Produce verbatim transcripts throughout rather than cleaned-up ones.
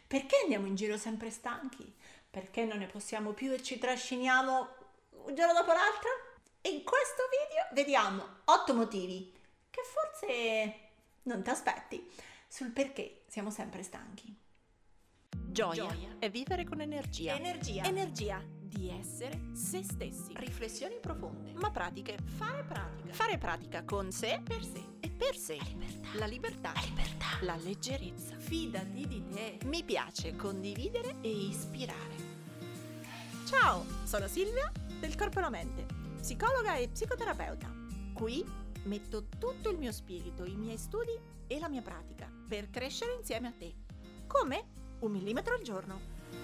Perché andiamo in giro sempre stanchi? Perché non ne possiamo più e ci trasciniamo un giorno dopo l'altro? In questo video vediamo otto motivi che forse non ti aspetti sul perché siamo sempre stanchi. Gioia, Gioia è vivere con energia. Energia. Energia di essere se stessi. Riflessioni profonde. Ma pratiche. Fare pratica. Fare pratica con sé, Per sé. e per sé. La libertà. La libertà. La libertà. La leggerezza. Fidati di te. Mi piace condividere E ispirare. Ciao, sono Silvia del Corpo e la Mente, psicologa e psicoterapeuta. Qui metto tutto il mio spirito, i miei studi e la mia pratica per crescere insieme a te. Come? Un millimetro al giorno.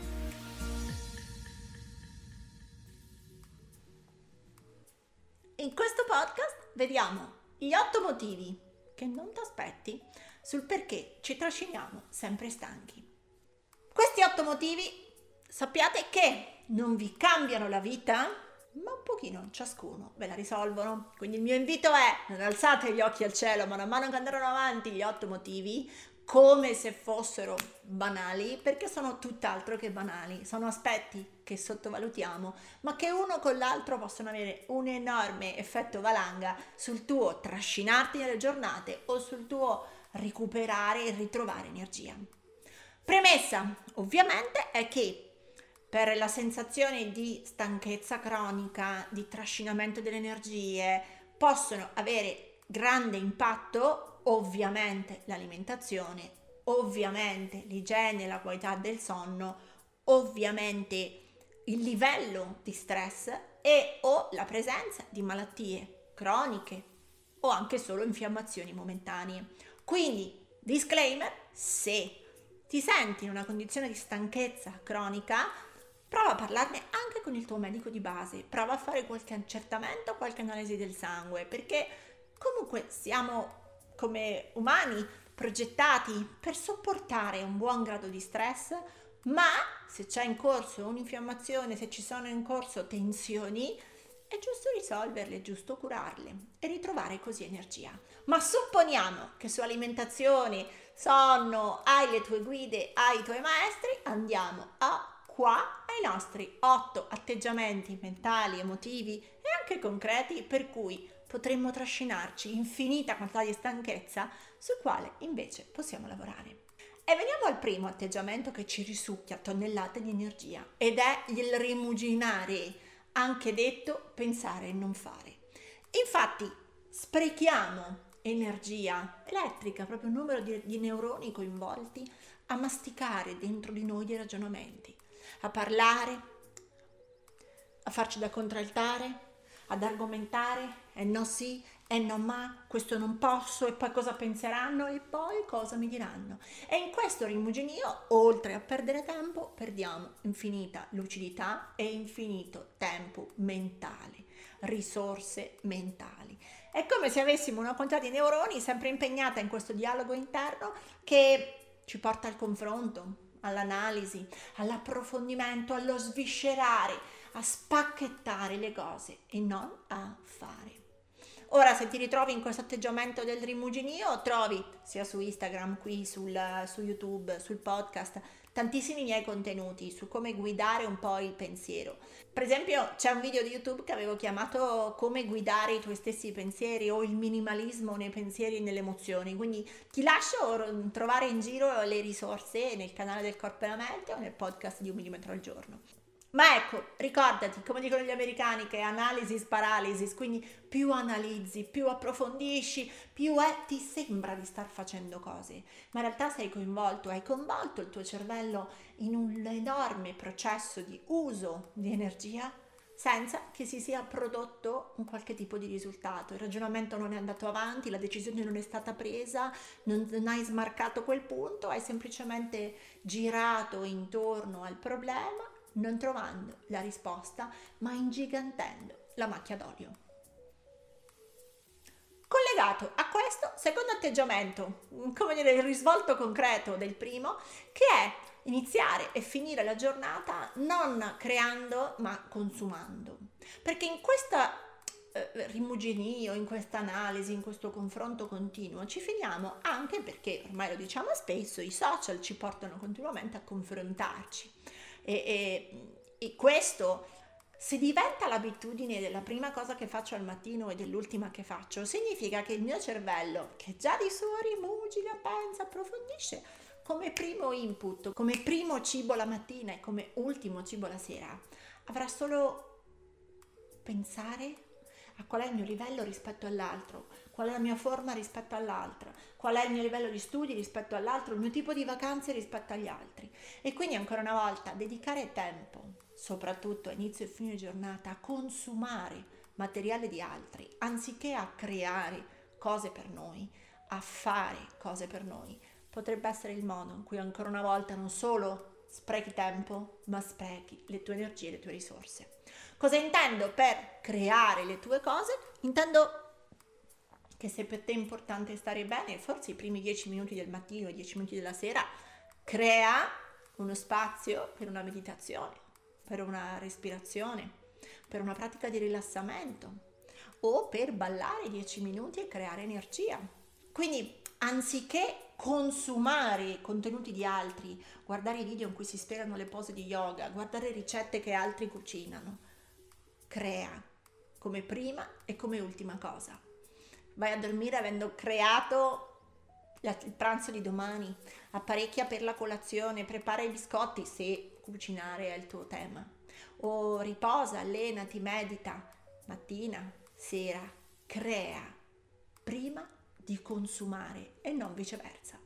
In questo podcast vediamo gli otto motivi che non ti aspetti sul perché ci trasciniamo sempre stanchi. Questi otto motivi sappiate che non vi cambiano la vita, ma un pochino ciascuno ve la risolvono. Quindi il mio invito è: non alzate gli occhi al cielo, man mano che andranno avanti gli otto motivi, come se fossero banali, perché sono tutt'altro che banali, sono aspetti che sottovalutiamo, ma che uno con l'altro possono avere un enorme effetto valanga sul tuo trascinarti nelle giornate o sul tuo recuperare e ritrovare energia. Premessa, ovviamente, è che per la sensazione di stanchezza cronica, di trascinamento delle energie, possono avere grande impatto ovviamente l'alimentazione, ovviamente l'igiene, la qualità del sonno, ovviamente il livello di stress e o la presenza di malattie croniche o anche solo infiammazioni momentanee. Quindi, disclaimer, se ti senti in una condizione di stanchezza cronica, prova a parlarne anche con il tuo medico di base, prova a fare qualche accertamento, qualche analisi del sangue, perché comunque siamo come umani progettati per sopportare un buon grado di stress, ma se c'è in corso un'infiammazione, se ci sono in corso tensioni, è giusto risolverle, è giusto curarle e ritrovare così energia. Ma supponiamo che su alimentazione, sonno, hai le tue guide, hai i tuoi maestri, andiamo a qua ai nostri otto atteggiamenti mentali, emotivi e anche concreti per cui potremmo trascinarci infinita quantità di stanchezza sul quale invece possiamo lavorare. E veniamo al primo atteggiamento che ci risucchia tonnellate di energia ed è il rimuginare, anche detto pensare e non fare. Infatti sprechiamo energia elettrica, proprio un numero di, di neuroni coinvolti a masticare dentro di noi dei ragionamenti, a parlare, a farci da contraltare, ad argomentare, e no sì, e no ma, questo non posso, e poi cosa penseranno, e poi cosa mi diranno. E in questo rimuginio, oltre a perdere tempo, perdiamo infinita lucidità e infinito tempo mentale, risorse mentali. È come se avessimo una quantità di neuroni sempre impegnata in questo dialogo interno che ci porta al confronto, all'analisi, all'approfondimento, allo sviscerare, a spacchettare le cose e non a fare. Ora, se ti ritrovi in questo atteggiamento del rimuginio, trovi sia su Instagram, qui sul, su YouTube, sul podcast, tantissimi miei contenuti su come guidare un po' il pensiero. Per esempio, c'è un video di YouTube che avevo chiamato come guidare i tuoi stessi pensieri o il minimalismo nei pensieri e nelle emozioni. Quindi ti lascio trovare in giro le risorse nel canale del Corpo e la Mente o nel podcast di Un Millimetro al Giorno. Ma ecco, ricordati, come dicono gli americani, che analysis paralysis, quindi più analizzi, più approfondisci, più è, ti sembra di star facendo cose, ma in realtà sei coinvolto, hai coinvolto il tuo cervello in un enorme processo di uso di energia senza che si sia prodotto un qualche tipo di risultato. Il ragionamento non è andato avanti, la decisione non è stata presa, non, non hai smarcato quel punto, hai semplicemente girato intorno al problema, non trovando la risposta, ma ingigantendo la macchia d'olio. Collegato a questo secondo atteggiamento, come dire il risvolto concreto del primo, che è iniziare e finire la giornata non creando ma consumando, perché in questa eh, rimuginio, in questa analisi, in questo confronto continuo, ci finiamo anche perché, ormai lo diciamo spesso, i social ci portano continuamente a confrontarci e, e, e questo, se diventa l'abitudine della prima cosa che faccio al mattino e dell'ultima che faccio, significa che il mio cervello, che già di suo rimugina, pensa, approfondisce, come primo input, come primo cibo la mattina e come ultimo cibo la sera, avrà solo pensare a qual è il mio livello rispetto all'altro, qual è la mia forma rispetto all'altra, qual è il mio livello di studi rispetto all'altro, il mio tipo di vacanze rispetto agli altri. E quindi ancora una volta dedicare tempo, soprattutto a inizio e fine giornata, a consumare materiale di altri, anziché a creare cose per noi, a fare cose per noi, potrebbe essere il modo in cui ancora una volta non solo sprechi tempo, ma sprechi le tue energie e le tue risorse. Cosa intendo per creare le tue cose? Intendo che se per te è importante stare bene, forse i primi dieci minuti del mattino e dieci minuti della sera, crea uno spazio per una meditazione, per una respirazione, per una pratica di rilassamento o per ballare dieci minuti e creare energia. Quindi anziché consumare contenuti di altri, guardare i video in cui si spiegano le pose di yoga, guardare ricette che altri cucinano, crea come prima e come ultima cosa. Vai a dormire avendo creato il pranzo di domani, apparecchia per la colazione, prepara i biscotti se cucinare è il tuo tema, o riposa, allenati, medita, mattina, sera, crea prima di consumare e non viceversa.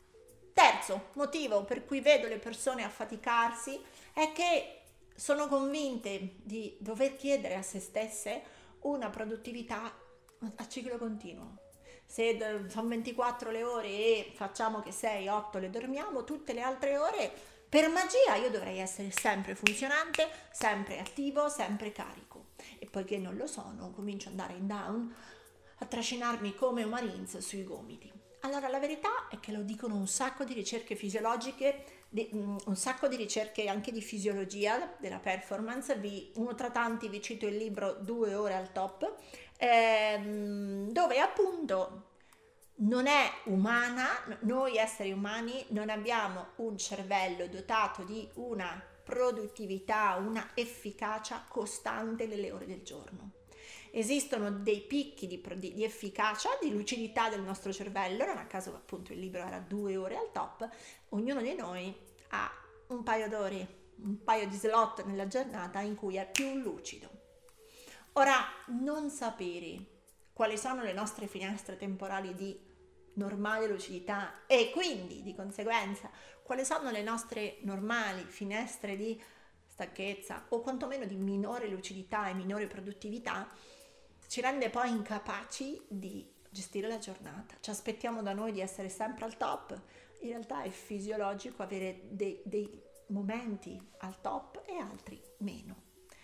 Terzo motivo per cui vedo le persone affaticarsi è che sono convinte di dover chiedere a se stesse una produttività a ciclo continuo. Se sono ventiquattro le ore e facciamo che sei otto le dormiamo, tutte le altre ore per magia io dovrei essere sempre funzionante, sempre attivo, sempre carico. E poiché non lo sono, comincio ad andare in down, a trascinarmi come un Marines sui gomiti. Allora la verità è che lo dicono un sacco di ricerche fisiologiche, di, um, un sacco di ricerche anche di fisiologia della performance. Vi, uno tra tanti vi cito il libro Due ore al top, ehm, dove appunto non è umana, noi esseri umani non abbiamo un cervello dotato di una produttività, una efficacia costante nelle ore del giorno. Esistono dei picchi di, di, di efficacia, di lucidità del nostro cervello, non a caso appunto il libro era Due ore al top. Ognuno di noi ha un paio d'ore, un paio di slot nella giornata in cui è più lucido. Ora, non sapere quali sono le nostre finestre temporali di normale lucidità e quindi di conseguenza quali sono le nostre normali finestre di stanchezza o quantomeno di minore lucidità e minore produttività ci rende poi incapaci di gestire la giornata. Ci aspettiamo da noi di essere sempre al top, in realtà è fisiologico avere dei, dei momenti al top e altri meno.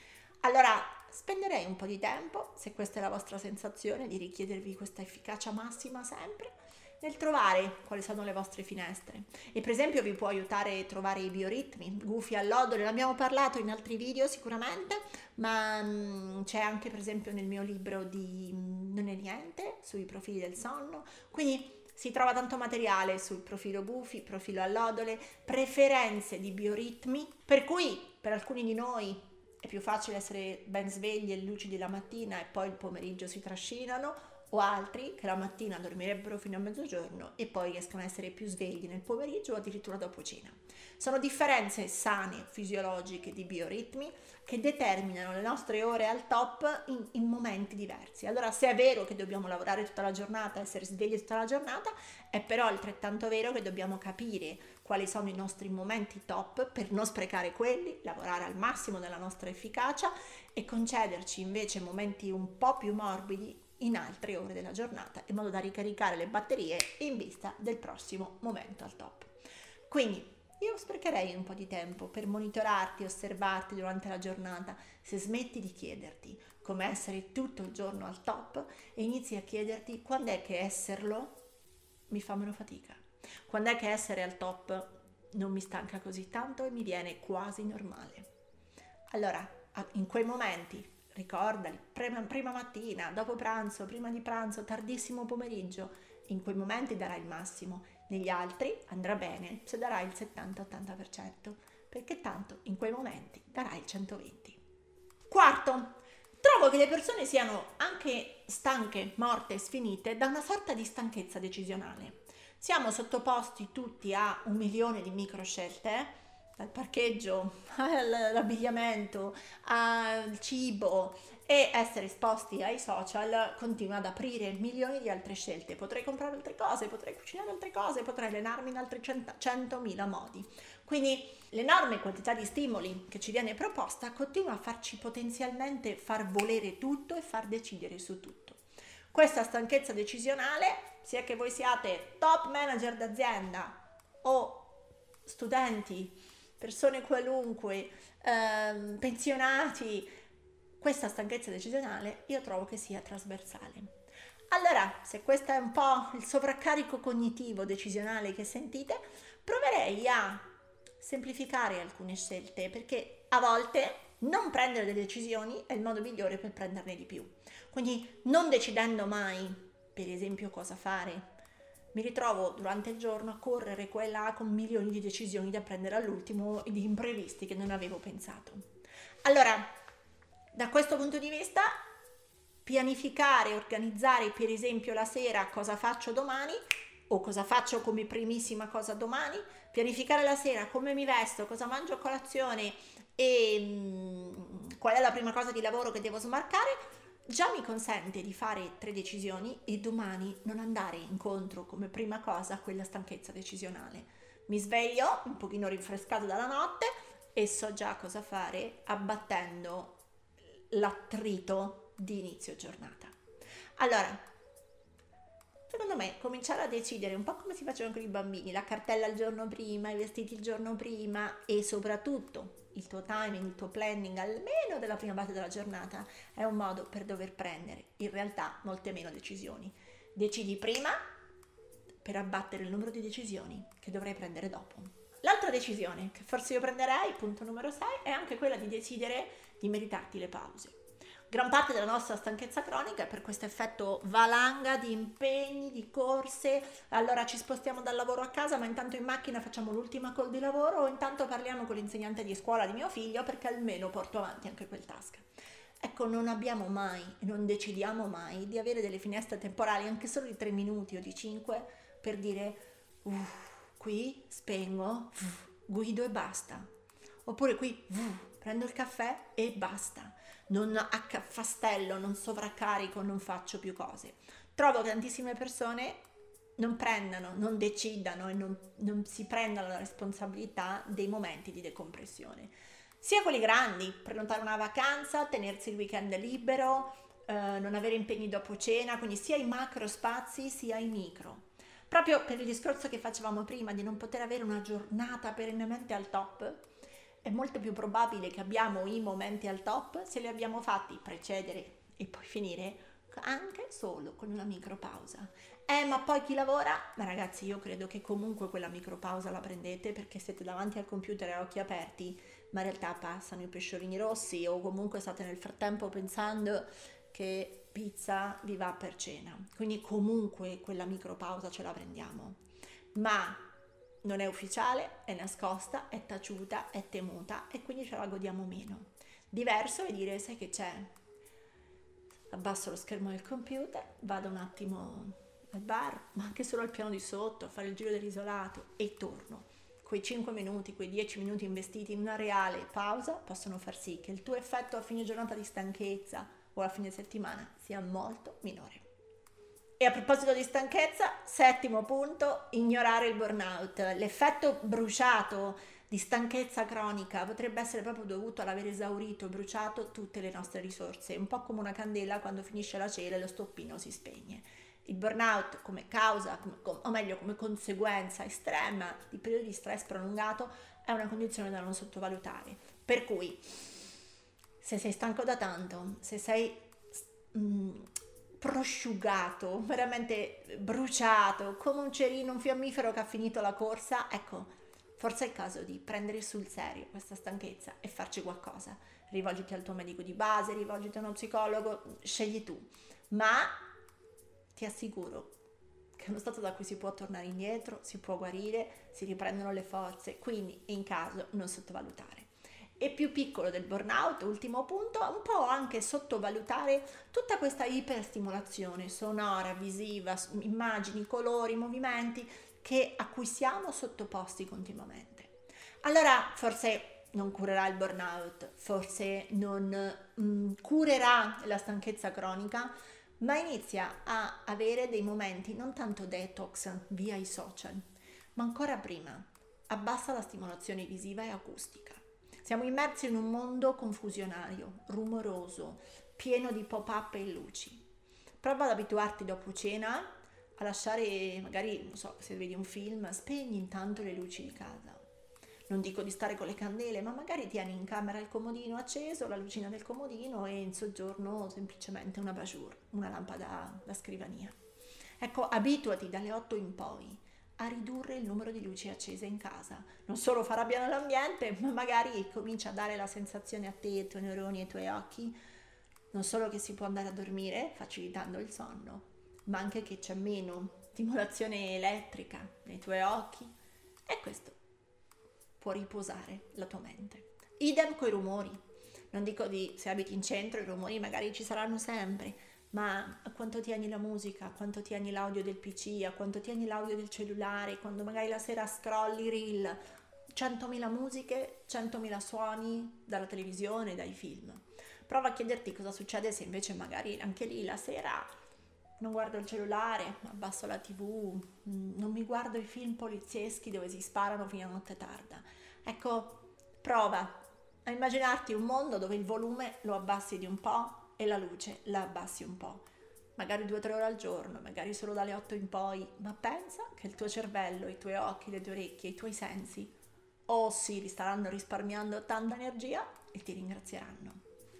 Allora spenderei un po' di tempo, se questa è la vostra sensazione, di richiedervi questa efficacia massima sempre, nel trovare quali sono le vostre finestre. E per esempio vi può aiutare a trovare i bioritmi, gufi all'odore, ne abbiamo parlato in altri video sicuramente, ma mh, c'è anche per esempio nel mio libro di mh, Non è niente, sui profili del sonno, quindi si trova tanto materiale sul profilo gufi, profilo allodole, preferenze di bioritmi, per cui per alcuni di noi è più facile essere ben svegli e lucidi la mattina e poi il pomeriggio si trascinano, o altri che la mattina dormirebbero fino a mezzogiorno e poi riescono a essere più svegli nel pomeriggio o addirittura dopo cena. Sono differenze sane, fisiologiche di bioritmi che determinano le nostre ore al top in, in momenti diversi. Allora, se è vero che dobbiamo lavorare tutta la giornata, essere svegli tutta la giornata, è però altrettanto vero che dobbiamo capire quali sono i nostri momenti top per non sprecare quelli, lavorare al massimo della nostra efficacia e concederci invece momenti un po' più morbidi in altre ore della giornata, in modo da ricaricare le batterie in vista del prossimo momento al top. Quindi io sprecherei un po' di tempo per monitorarti, osservarti durante la giornata, se smetti di chiederti come essere tutto il giorno al top e inizi a chiederti quando è che esserlo mi fa meno fatica, quando è che essere al top non mi stanca così tanto e mi viene quasi normale. Allora, in quei momenti ricordali, prima, prima mattina, dopo pranzo, prima di pranzo, tardissimo pomeriggio, in quei momenti darai il massimo, negli altri andrà bene se darai il settanta ottanta per cento, perché tanto in quei momenti darai il centoventi. Quarto, trovo che le persone siano anche stanche, morte, sfinite da una sorta di stanchezza decisionale. Siamo sottoposti tutti a un milione di micro scelte, dal parcheggio all'abbigliamento, al cibo, e essere esposti ai social continua ad aprire milioni di altre scelte. Potrei comprare altre cose, potrei cucinare altre cose, potrei allenarmi in altri centomila modi. Quindi l'enorme quantità di stimoli che ci viene proposta continua a farci potenzialmente far volere tutto e far decidere su tutto. Questa stanchezza decisionale, sia che voi siate top manager d'azienda o studenti, persone qualunque, ehm, pensionati, questa stanchezza decisionale io trovo che sia trasversale. Allora, se questo è un po' il sovraccarico cognitivo decisionale che sentite, proverei a semplificare alcune scelte, perché a volte non prendere delle decisioni è il modo migliore per prenderne di più. Quindi non decidendo mai, per esempio, cosa fare, mi ritrovo durante il giorno a correre qua e là con milioni di decisioni da prendere all'ultimo e di imprevisti che non avevo pensato. Allora, da questo punto di vista, pianificare, organizzare per esempio la sera cosa faccio domani o cosa faccio come primissima cosa domani, pianificare la sera come mi vesto, cosa mangio a colazione e mh, qual è la prima cosa di lavoro che devo smarcare, già mi consente di fare tre decisioni e domani non andare incontro come prima cosa a quella stanchezza decisionale. Mi sveglio un pochino rinfrescato dalla notte e so già cosa fare abbattendo l'attrito di inizio giornata. Allora, secondo me cominciare a decidere un po' come si facevano con i bambini, la cartella il giorno prima, i vestiti il giorno prima e soprattutto il tuo timing, il tuo planning almeno della prima parte della giornata è un modo per dover prendere in realtà molte meno decisioni. Decidi prima per abbattere il numero di decisioni che dovrai prendere dopo. L'altra decisione che forse io prenderei, punto numero sei, è anche quella di decidere di meritarti le pause. Gran parte della nostra stanchezza cronica è per questo effetto valanga di impegni, di corse. Allora ci spostiamo dal lavoro a casa, ma intanto in macchina facciamo l'ultima call di lavoro o intanto parliamo con l'insegnante di scuola di mio figlio perché almeno porto avanti anche quel task. Ecco, non abbiamo mai, non decidiamo mai di avere delle finestre temporali anche solo di tre minuti o di cinque per dire uff, qui spengo, uff, guido e basta. Oppure qui uff, prendo il caffè e basta. Non accafastello, non sovraccarico, non faccio più cose. Trovo che tantissime persone non prendano, non decidano e non, non si prendano la responsabilità dei momenti di decompressione. Sia quelli grandi, prenotare una vacanza, tenersi il weekend libero, eh, non avere impegni dopo cena, quindi sia i macro spazi sia i micro. Proprio per il discorso che facevamo prima di non poter avere una giornata perennemente al top, è molto più probabile che abbiamo i momenti al top se li abbiamo fatti precedere e poi finire anche solo con una micropausa. Eh, ma poi chi lavora? Ma ragazzi, io credo che comunque quella micropausa la prendete perché siete davanti al computer a occhi aperti, ma in realtà passano i pesciolini rossi o comunque state nel frattempo pensando che pizza vi va per cena. Quindi comunque quella micropausa ce la prendiamo. Ma non è ufficiale, è nascosta, è taciuta, è temuta e quindi ce la godiamo meno. Diverso è dire, sai che c'è? Abbasso lo schermo del computer, vado un attimo al bar, ma anche solo al piano di sotto, a fare il giro dell'isolato e torno. Quei cinque minuti, quei dieci minuti investiti in una reale pausa possono far sì che il tuo effetto a fine giornata di stanchezza o a fine settimana sia molto minore. E a proposito di stanchezza, settimo punto, ignorare il burnout. L'effetto bruciato di stanchezza cronica potrebbe essere proprio dovuto all'aver esaurito e bruciato tutte le nostre risorse, un po' come una candela quando finisce la cera e lo stoppino si spegne. Il burnout come causa, come, o meglio come conseguenza estrema di periodi di stress prolungato è una condizione da non sottovalutare. Per cui, se sei stanco da tanto, se sei mm, prosciugato, veramente bruciato, come un cerino, un fiammifero che ha finito la corsa, ecco, forse è il caso di prendere sul serio questa stanchezza e farci qualcosa. Rivolgiti al tuo medico di base, rivolgiti a uno psicologo, scegli tu, ma ti assicuro che è uno stato da cui si può tornare indietro, si può guarire, si riprendono le forze, quindi in caso non sottovalutare. E più piccolo del burnout, ultimo punto, un po' anche sottovalutare tutta questa iperstimolazione sonora, visiva, immagini, colori, movimenti che, a cui siamo sottoposti continuamente. Allora forse non curerà il burnout, forse non mh, curerà la stanchezza cronica, ma inizia a avere dei momenti non tanto detox via i social, ma ancora prima, abbassa la stimolazione visiva e acustica. Siamo immersi in un mondo confusionario, rumoroso, pieno di pop-up e luci. Prova ad abituarti dopo cena a lasciare, magari, non so, se vedi un film, spegni intanto le luci di casa. Non dico di stare con le candele, ma magari tieni in camera il comodino acceso, la lucina del comodino e in soggiorno semplicemente una abajur, una lampada da scrivania. Ecco, abituati dalle otto in poi a ridurre il numero di luci accese in casa. Non solo fa arrabbiare l'ambiente, ma magari comincia a dare la sensazione a te, ai tuoi neuroni e ai tuoi occhi, non solo che si può andare a dormire facilitando il sonno, ma anche che c'è meno stimolazione elettrica nei tuoi occhi, e questo può riposare la tua mente. Idem coi rumori. Non dico di, se abiti in centro, i rumori magari ci saranno sempre, ma a quanto tieni la musica, a quanto tieni l'audio del P C, a quanto tieni l'audio del cellulare, quando magari la sera scrolli reel, centomila musiche, centomila suoni dalla televisione, dai film. Prova a chiederti cosa succede se invece magari anche lì la sera non guardo il cellulare, abbasso la tivù, non mi guardo i film polizieschi dove si sparano fino a notte tarda. Ecco, prova a immaginarti un mondo dove il volume lo abbassi di un po' e la luce la abbassi un po', magari due o tre ore al giorno, magari solo dalle otto in poi, ma pensa che il tuo cervello, i tuoi occhi, le tue orecchie, i tuoi sensi o si vi staranno risparmiando tanta energia e ti ringrazieranno.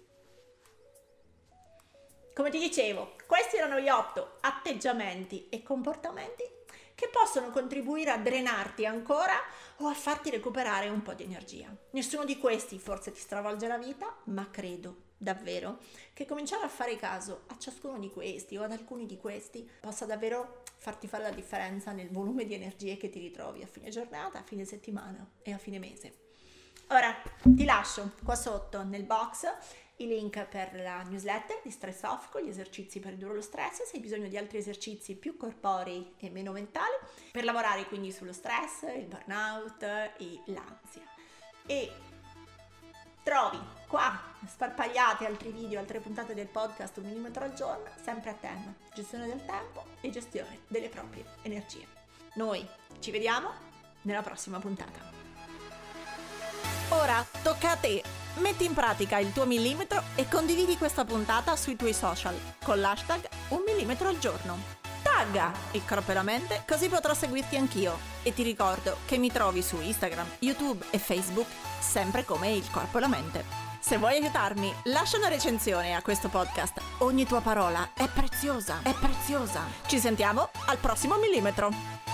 Come ti dicevo, questi erano gli otto atteggiamenti e comportamenti che possono contribuire a drenarti ancora o a farti recuperare un po' di energia. Nessuno di questi forse ti stravolge la vita, ma credo davvero che cominciare a fare caso a ciascuno di questi o ad alcuni di questi possa davvero farti fare la differenza nel volume di energie che ti ritrovi a fine giornata, a fine settimana e a fine mese. Ora ti lascio qua sotto nel box i link per la newsletter di Stress Off con gli esercizi per ridurre lo stress, se hai bisogno di altri esercizi più corporei e meno mentali per lavorare quindi sullo stress, il burnout e l'ansia. E trovi qua sparpagliate altri video, altre puntate del podcast Un Millimetro al Giorno, sempre a tema gestione del tempo e gestione delle proprie energie. Noi ci vediamo nella prossima puntata. Ora tocca a te. Metti in pratica il tuo millimetro e condividi questa puntata sui tuoi social con l'hashtag Un Millimetro al Giorno. Tagga il corpo e la mente, così potrò seguirti anch'io. E ti ricordo che mi trovi su Instagram, YouTube e Facebook sempre come Il Corpo e la Mente. Se vuoi aiutarmi, lascia una recensione a questo podcast. Ogni tua parola è preziosa, è preziosa. Ci sentiamo al prossimo millimetro.